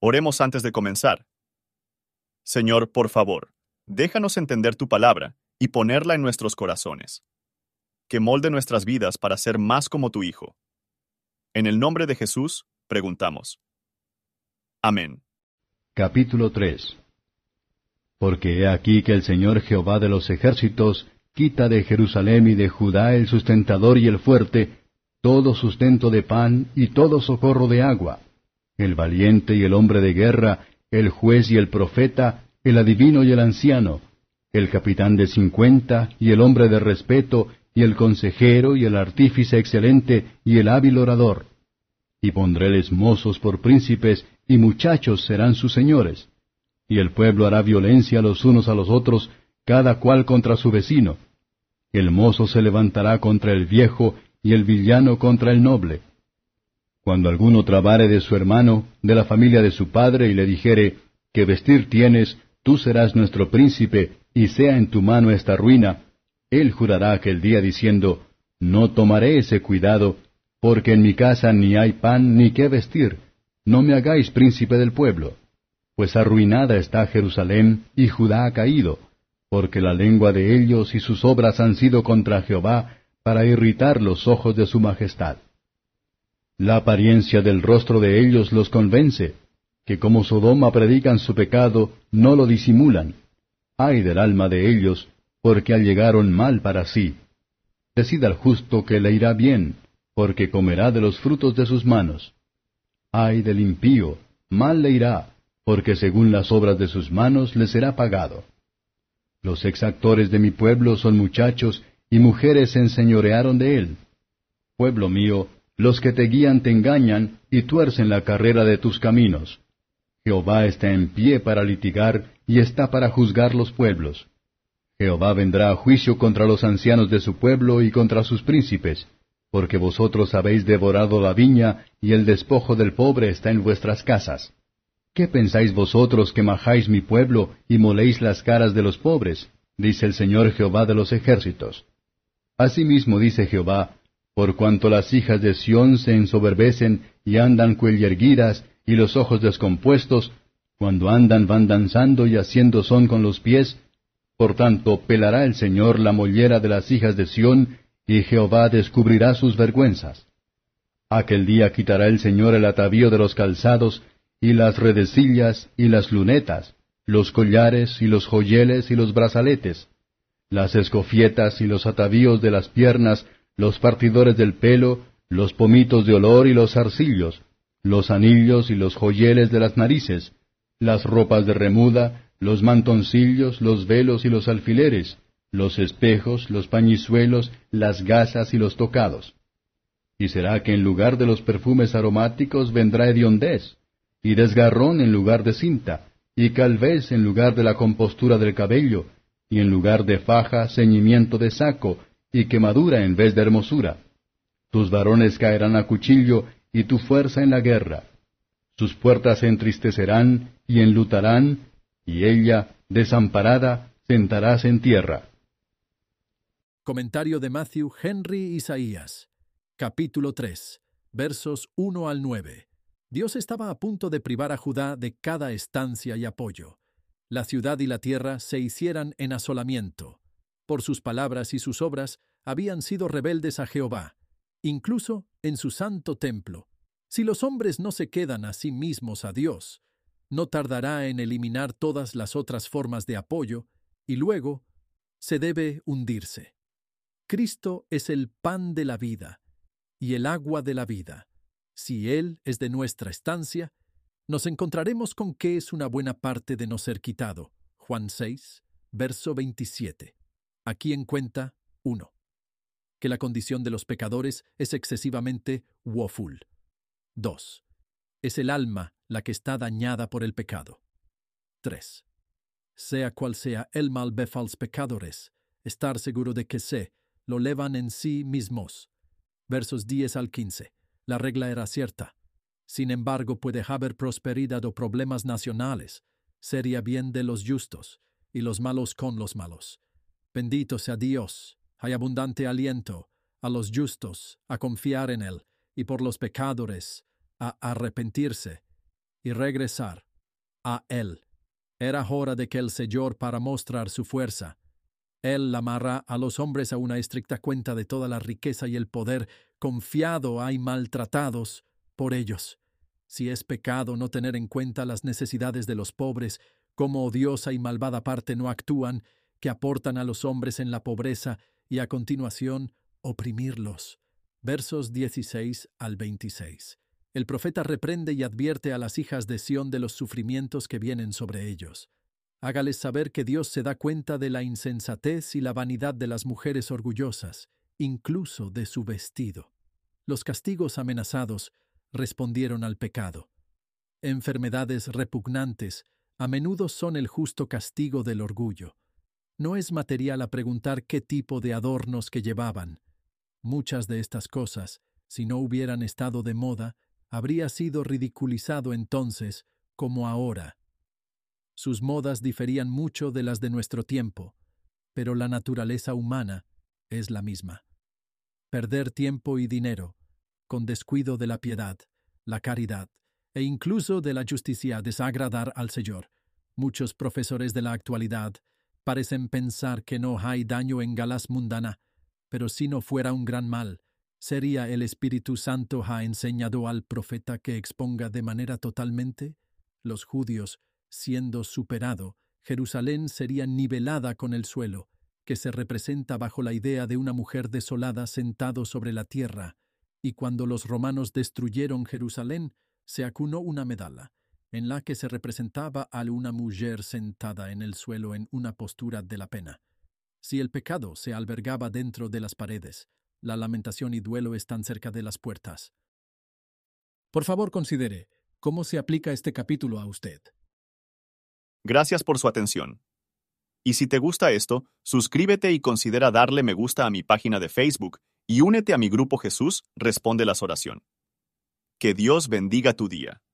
Oremos antes de comenzar. Señor, por favor, déjanos entender tu palabra y ponerla en nuestros corazones. Que molde nuestras vidas para ser más como tu Hijo. En el nombre de Jesús, preguntamos. Amén. Capítulo 3. Porque he aquí que el Señor Jehová de los ejércitos quita de Jerusalén y de Judá el sustentador y el fuerte, todo sustento de pan y todo socorro de agua, el valiente y el hombre de guerra, el juez y el profeta, el adivino y el anciano, el capitán de 50 y el hombre de respeto, y el consejero y el artífice excelente y el hábil orador. Y pondréles mozos por príncipes, y muchachos serán sus señores. Y el pueblo hará violencia los unos a los otros, cada cual contra su vecino. El mozo se levantará contra el viejo, y el villano contra el noble. Cuando alguno trabare de su hermano, de la familia de su padre, y le dijere, ¿qué vestir tienes? Tú serás nuestro príncipe, y sea en tu mano esta ruina. Él jurará aquel día diciendo, no tomaré ese cuidado, porque en mi casa ni hay pan ni qué vestir. No me hagáis príncipe del pueblo. Pues arruinada está Jerusalén, y Judá ha caído, porque la lengua de ellos y sus obras han sido contra Jehová, para irritar los ojos de su majestad. La apariencia del rostro de ellos los convence, que como Sodoma predican su pecado, no lo disimulan. Ay del alma de ellos, porque allegaron mal para sí. Decid al justo que le irá bien, porque comerá de los frutos de sus manos. Ay del impío, mal le irá, porque según las obras de sus manos le será pagado. Los exactores de mi pueblo son muchachos, y mujeres se enseñorearon de él. Pueblo mío, los que te guían te engañan, y tuercen la carrera de tus caminos. Jehová está en pie para litigar, y está para juzgar los pueblos. Jehová vendrá a juicio contra los ancianos de su pueblo y contra sus príncipes, porque vosotros habéis devorado la viña, y el despojo del pobre está en vuestras casas. ¿Qué pensáis vosotros que majáis mi pueblo, y moléis las caras de los pobres? Dice el Señor Jehová de los ejércitos. Asimismo dice Jehová, por cuanto las hijas de Sión se ensoberbecen, y andan cuellerguidas, y los ojos descompuestos, cuando andan van danzando y haciendo son con los pies, por tanto pelará el Señor la mollera de las hijas de Sión, y Jehová descubrirá sus vergüenzas. Aquel día quitará el Señor el atavío de los calzados, y las redecillas, y las lunetas, los collares, y los joyeles, y los brazaletes, las escofietas, y los atavíos de las piernas, los partidores del pelo, los pomitos de olor, y los zarcillos, los anillos, y los joyeles de las narices, las ropas de remuda, los mantoncillos, los velos y los alfileres, los espejos, los pañizuelos, las gasas y los tocados. Y será que en lugar de los perfumes aromáticos vendrá hediondez, y desgarrón en lugar de cinta, y calvez en lugar de la compostura del cabello, y en lugar de faja ceñimiento de saco, y quemadura en vez de hermosura. Tus varones caerán a cuchillo, y tu fuerza en la guerra. Sus puertas se entristecerán, y enlutarán, y ella, desamparada, sentarás en tierra. Comentario de Matthew Henry Isaías, capítulo 3, versos 1 al 9. Dios estaba a punto de privar a Judá de cada estancia y apoyo. La ciudad y la tierra se hicieran en asolamiento. Por sus palabras y sus obras habían sido rebeldes a Jehová, incluso en su santo templo. Si los hombres no se quedan a sí mismos a Dios, no tardará en eliminar todas las otras formas de apoyo, y luego se debe hundirse. Cristo es el pan de la vida y el agua de la vida. Si Él es de nuestra estancia, nos encontraremos con que es una buena parte de no ser quitado. Juan 6, verso 27. Aquí en cuenta 1. Que la condición de los pecadores es excesivamente woeful. 2. Es el alma la que está dañada por el pecado. 3. Sea cual sea el mal de los pecadores, estar seguro de que lo levan en sí mismos. Versos 10 al 15. La regla era cierta. Sin embargo, puede haber prosperidad o problemas nacionales. Sería bien de los justos, y los malos con los malos. Bendito sea Dios. Hay abundante aliento a los justos a confiar en Él, y por los pecadores a arrepentirse. y regresar a Él. Era hora de que el Señor para mostrar su fuerza. Él amarra a los hombres a una estricta cuenta de toda la riqueza y el poder confiado y maltratados por ellos. Si es pecado no tener en cuenta las necesidades de los pobres, como odiosa y malvada parte no actúan, que aportan a los hombres en la pobreza y a continuación oprimirlos. Versos 16 al 26. El profeta reprende y advierte a las hijas de Sión de los sufrimientos que vienen sobre ellos. Hágales saber que Dios se da cuenta de la insensatez y la vanidad de las mujeres orgullosas, incluso de su vestido. Los castigos amenazados respondieron al pecado. Enfermedades repugnantes a menudo son el justo castigo del orgullo. No es material a preguntar qué tipo de adornos que llevaban. Muchas de estas cosas, si no hubieran estado de moda, habría sido ridiculizado entonces como ahora. Sus modas diferían mucho de las de nuestro tiempo, pero la naturaleza humana es la misma. Perder tiempo y dinero, con descuido de la piedad, la caridad e incluso de la justicia desagradar al Señor. Muchos profesores de la actualidad parecen pensar que no hay daño en galas mundana, pero si no fuera un gran mal, ¿sería el Espíritu Santo ha enseñado al profeta que exponga de manera totalmente? Los judíos, siendo superado, Jerusalén sería nivelada con el suelo, que se representa bajo la idea de una mujer desolada sentado sobre la tierra, y cuando los romanos destruyeron Jerusalén, se acunó una medalla, en la que se representaba a una mujer sentada en el suelo en una postura de la pena. Si el pecado se albergaba dentro de las paredes, la lamentación y duelo están cerca de las puertas. Por favor, considere cómo se aplica este capítulo a usted. Gracias por su atención. Y si te gusta esto, suscríbete y considera darle me gusta a mi página de Facebook y únete a mi grupo Jesús Responde las Oraciones. Que Dios bendiga tu día.